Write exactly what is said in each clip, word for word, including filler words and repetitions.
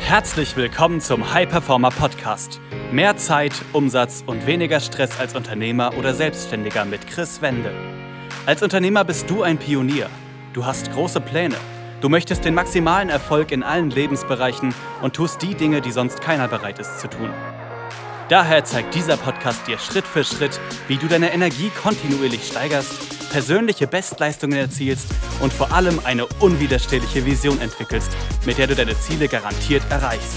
Herzlich willkommen zum High Performer Podcast. Mehr Zeit, Umsatz und weniger Stress als Unternehmer oder Selbstständiger mit Chris Wende. Als Unternehmer bist du ein Pionier. Du hast große Pläne. Du möchtest den maximalen Erfolg in allen Lebensbereichen und tust die Dinge, die sonst keiner bereit ist zu tun. Daher zeigt dieser Podcast dir Schritt für Schritt, wie du deine Energie kontinuierlich steigerst, persönliche Bestleistungen erzielst und vor allem eine unwiderstehliche Vision entwickelst, mit der du deine Ziele garantiert erreichst.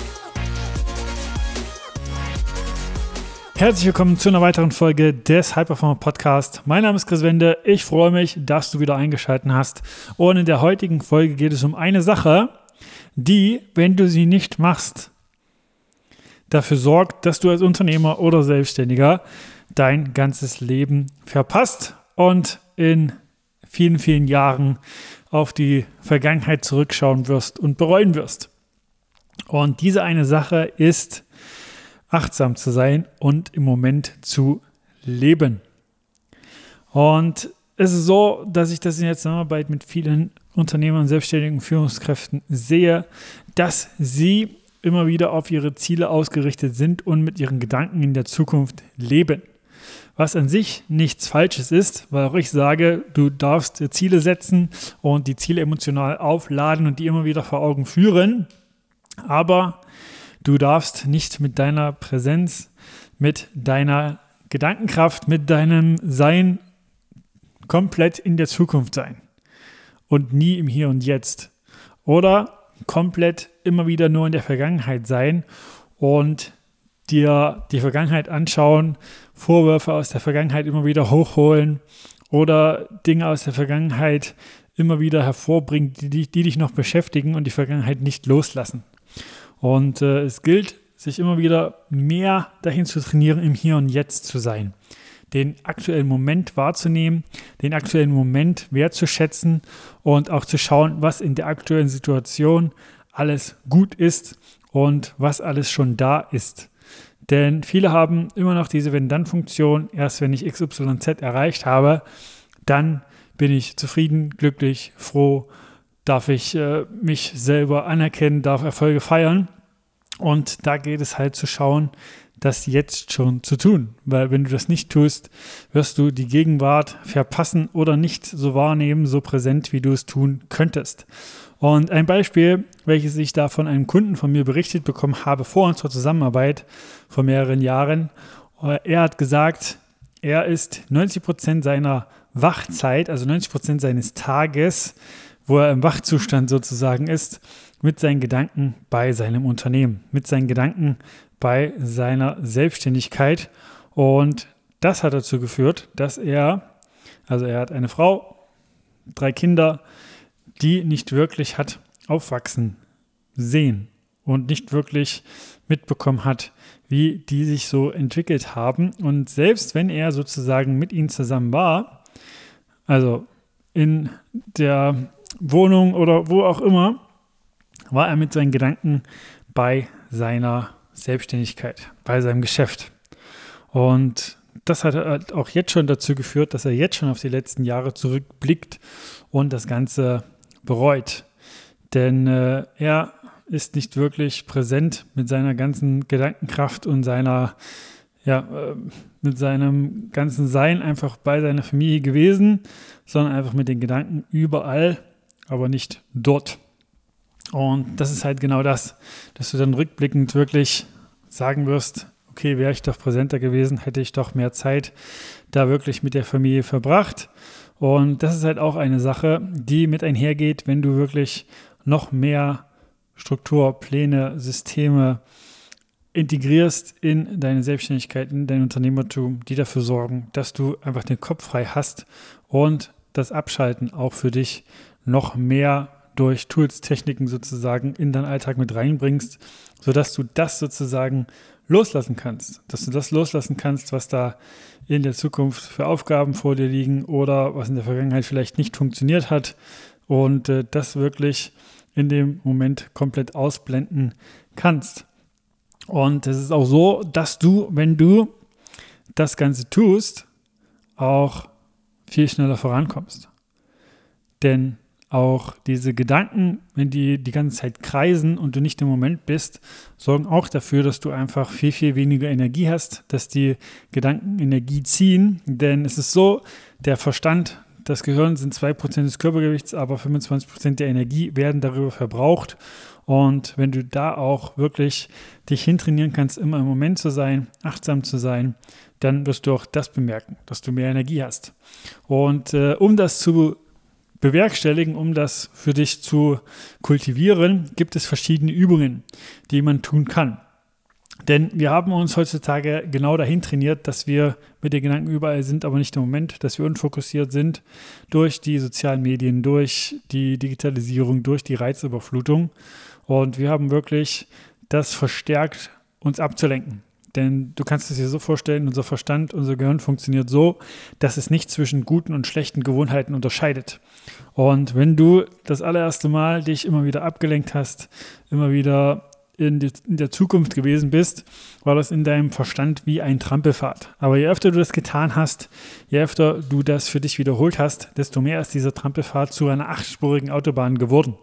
Herzlich willkommen zu einer weiteren Folge des High Performer Podcast. Mein Name ist Chris Wende. Ich freue mich, dass du wieder eingeschaltet hast. Und in der heutigen Folge geht es um eine Sache, die, wenn du sie nicht machst, dafür sorgt, dass du als Unternehmer oder Selbstständiger dein ganzes Leben verpasst und in vielen, vielen Jahren auf die Vergangenheit zurückschauen wirst und bereuen wirst. Und diese eine Sache ist, achtsam zu sein und im Moment zu leben. Und es ist so, dass ich das in der Zusammenarbeit mit vielen Unternehmern, selbstständigen Führungskräften sehe, dass sie immer wieder auf ihre Ziele ausgerichtet sind und mit ihren Gedanken in der Zukunft leben. Was an sich nichts Falsches ist, weil auch ich sage, du darfst Ziele setzen und die Ziele emotional aufladen und die immer wieder vor Augen führen, aber du darfst nicht mit deiner Präsenz, mit deiner Gedankenkraft, mit deinem Sein komplett in der Zukunft sein und nie im Hier und Jetzt. Oder komplett immer wieder nur in der Vergangenheit sein und dir die Vergangenheit anschauen, Vorwürfe aus der Vergangenheit immer wieder hochholen oder Dinge aus der Vergangenheit immer wieder hervorbringen, die, die, die dich noch beschäftigen und die Vergangenheit nicht loslassen. Und äh, es gilt, sich immer wieder mehr dahin zu trainieren, im Hier und Jetzt zu sein. Den aktuellen Moment wahrzunehmen, den aktuellen Moment wertzuschätzen und auch zu schauen, was in der aktuellen Situation alles gut ist und was alles schon da ist. Denn viele haben immer noch diese Wenn-Dann-Funktion, erst wenn ich X Y Z erreicht habe, dann bin ich zufrieden, glücklich, froh, darf ich äh, mich selber anerkennen, darf Erfolge feiern. Und da geht es halt zu schauen, das jetzt schon zu tun. Weil wenn du das nicht tust, wirst du die Gegenwart verpassen oder nicht so wahrnehmen, so präsent, wie du es tun könntest. Und ein Beispiel, welches ich da von einem Kunden von mir berichtet bekommen habe vor unserer Zusammenarbeit vor mehreren Jahren. Er hat gesagt, er ist neunzig Prozent seiner Wachzeit, also neunzig Prozent seines Tages, wo er im Wachzustand sozusagen ist, mit seinen Gedanken bei seinem Unternehmen, mit seinen Gedanken bei seiner Selbstständigkeit. Und das hat dazu geführt, dass er, also er hat eine Frau, drei Kinder, die nicht wirklich hat aufwachsen sehen und nicht wirklich mitbekommen hat, wie die sich so entwickelt haben. Und selbst wenn er sozusagen mit ihnen zusammen war, also in der Wohnung oder wo auch immer, war er mit seinen Gedanken bei seiner Selbstständigkeit, bei seinem Geschäft. Und das hat auch jetzt schon dazu geführt, dass er jetzt schon auf die letzten Jahre zurückblickt und das Ganze bereut. Denn äh, er ist nicht wirklich präsent mit seiner ganzen Gedankenkraft und seiner, ja, äh, mit seinem ganzen Sein einfach bei seiner Familie gewesen, sondern einfach mit den Gedanken überall, aber nicht dort. Und das ist halt genau das, dass du dann rückblickend wirklich sagen wirst, okay, wäre ich doch präsenter gewesen, hätte ich doch mehr Zeit da wirklich mit der Familie verbracht. Und das ist halt auch eine Sache, die mit einhergeht, wenn du wirklich noch mehr Struktur, Pläne, Systeme integrierst in deine Selbstständigkeit, in dein Unternehmertum, die dafür sorgen, dass du einfach den Kopf frei hast und das Abschalten auch für dich noch mehr durch Tools, Techniken sozusagen in deinen Alltag mit reinbringst, sodass du das sozusagen loslassen kannst, dass du das loslassen kannst, was da in der Zukunft für Aufgaben vor dir liegen oder was in der Vergangenheit vielleicht nicht funktioniert hat und äh, das wirklich in dem Moment komplett ausblenden kannst. Und es ist auch so, dass du, wenn du das Ganze tust, auch viel schneller vorankommst. Denn auch diese Gedanken, wenn die die ganze Zeit kreisen und du nicht im Moment bist, sorgen auch dafür, dass du einfach viel, viel weniger Energie hast, dass die Gedanken Energie ziehen. Denn es ist so, der Verstand, das Gehirn sind zwei Prozent des Körpergewichts, aber fünfundzwanzig Prozent der Energie werden darüber verbraucht. Und wenn du da auch wirklich dich hintrainieren kannst, immer im Moment zu sein, achtsam zu sein, dann wirst du auch das bemerken, dass du mehr Energie hast. Und äh, um das zu bewerkstelligen, um das für dich zu kultivieren, gibt es verschiedene Übungen, die man tun kann. Denn wir haben uns heutzutage genau dahin trainiert, dass wir mit den Gedanken überall sind, aber nicht im Moment, dass wir unfokussiert sind durch die sozialen Medien, durch die Digitalisierung, durch die Reizüberflutung. Und wir haben wirklich das verstärkt, uns abzulenken. Denn du kannst es dir so vorstellen, unser Verstand, unser Gehirn funktioniert so, dass es nicht zwischen guten und schlechten Gewohnheiten unterscheidet. Und wenn du das allererste Mal dich immer wieder abgelenkt hast, immer wieder in, die, in der Zukunft gewesen bist, war das in deinem Verstand wie ein Trampelpfad. Aber je öfter du das getan hast, je öfter du das für dich wiederholt hast, desto mehr ist dieser Trampelpfad zu einer achtspurigen Autobahn geworden.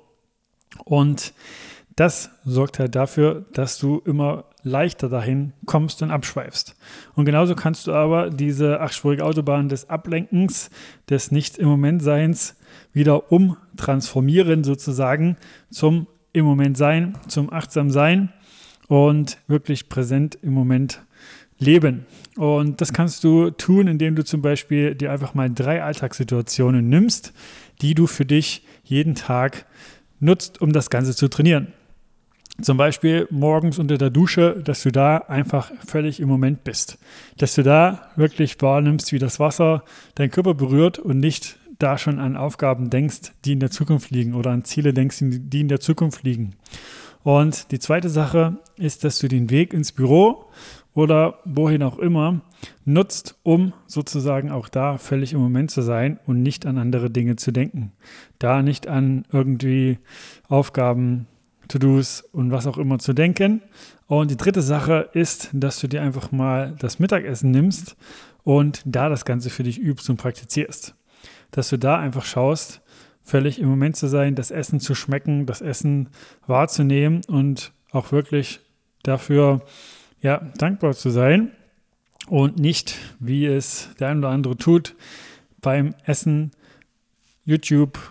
Und das sorgt halt dafür, dass du immer leichter dahin kommst und abschweifst. Und genauso kannst du aber diese achtspurige Autobahn des Ablenkens, des Nicht-im-Moment-Seins wieder umtransformieren sozusagen zum Im-Moment-Sein, zum Achtsam-Sein und wirklich präsent im Moment leben. Und das kannst du tun, indem du zum Beispiel dir einfach mal drei Alltagssituationen nimmst, die du für dich jeden Tag nutzt, um das Ganze zu trainieren. Zum Beispiel morgens unter der Dusche, dass du da einfach völlig im Moment bist. Dass du da wirklich wahrnimmst, wie das Wasser deinen Körper berührt und nicht da schon an Aufgaben denkst, die in der Zukunft liegen oder an Ziele denkst, die in der Zukunft liegen. Und die zweite Sache ist, dass du den Weg ins Büro oder wohin auch immer nutzt, um sozusagen auch da völlig im Moment zu sein und nicht an andere Dinge zu denken. Da nicht an irgendwie Aufgaben, To-Dos und was auch immer zu denken. Und die dritte Sache ist, dass du dir einfach mal das Mittagessen nimmst und da das Ganze für dich übst und praktizierst. Dass du da einfach schaust, völlig im Moment zu sein, das Essen zu schmecken, das Essen wahrzunehmen und auch wirklich dafür ja, dankbar zu sein und nicht, wie es der ein oder andere tut, beim Essen YouTube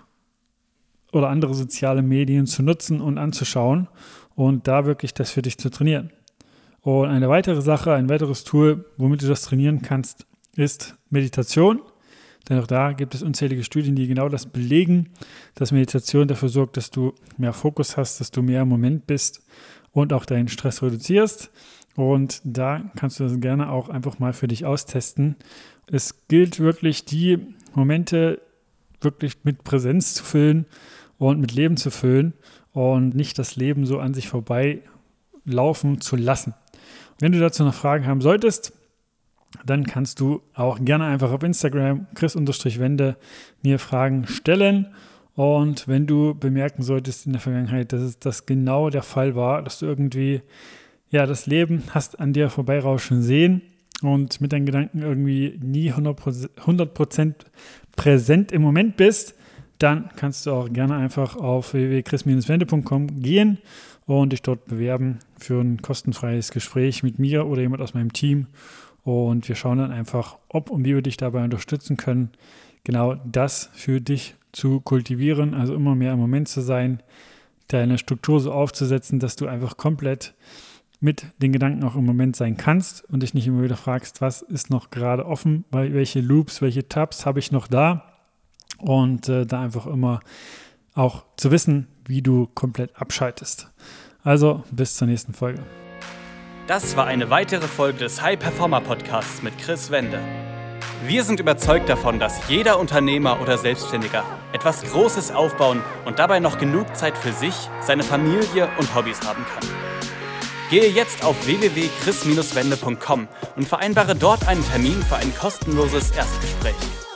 oder andere soziale Medien zu nutzen und anzuschauen und da wirklich das für dich zu trainieren. Und eine weitere Sache, ein weiteres Tool, womit du das trainieren kannst, ist Meditation. Denn auch da gibt es unzählige Studien, die genau das belegen, dass Meditation dafür sorgt, dass du mehr Fokus hast, dass du mehr im Moment bist und auch deinen Stress reduzierst. Und da kannst du das gerne auch einfach mal für dich austesten. Es gilt wirklich, die Momente wirklich mit Präsenz zu füllen und mit Leben zu füllen und nicht das Leben so an sich vorbei laufen zu lassen. Wenn du dazu noch Fragen haben solltest, dann kannst du auch gerne einfach auf Instagram chris-wende mir Fragen stellen. Und wenn du bemerken solltest in der Vergangenheit, dass es das genau der Fall war, dass du irgendwie ja das Leben hast an dir vorbeirauschen sehen und mit deinen Gedanken irgendwie nie hundert Prozent präsent im Moment bist, dann kannst du auch gerne einfach auf w w w punkt chris wende punkt com gehen und dich dort bewerben für ein kostenfreies Gespräch mit mir oder jemand aus meinem Team. Und wir schauen dann einfach, ob und wie wir dich dabei unterstützen können, genau das für dich zu kultivieren, also immer mehr im Moment zu sein, deine Struktur so aufzusetzen, dass du einfach komplett mit den Gedanken auch im Moment sein kannst und dich nicht immer wieder fragst, was ist noch gerade offen, weil welche Loops, welche Tabs habe ich noch da und äh, da einfach immer auch zu wissen, wie du komplett abschaltest. Also bis zur nächsten Folge. Das war eine weitere Folge des High Performer Podcasts mit Chris Wende. Wir sind überzeugt davon, dass jeder Unternehmer oder Selbstständiger etwas Großes aufbauen und dabei noch genug Zeit für sich, seine Familie und Hobbys haben kann. Gehe jetzt auf w w w punkt chris wende punkt com und vereinbare dort einen Termin für ein kostenloses Erstgespräch.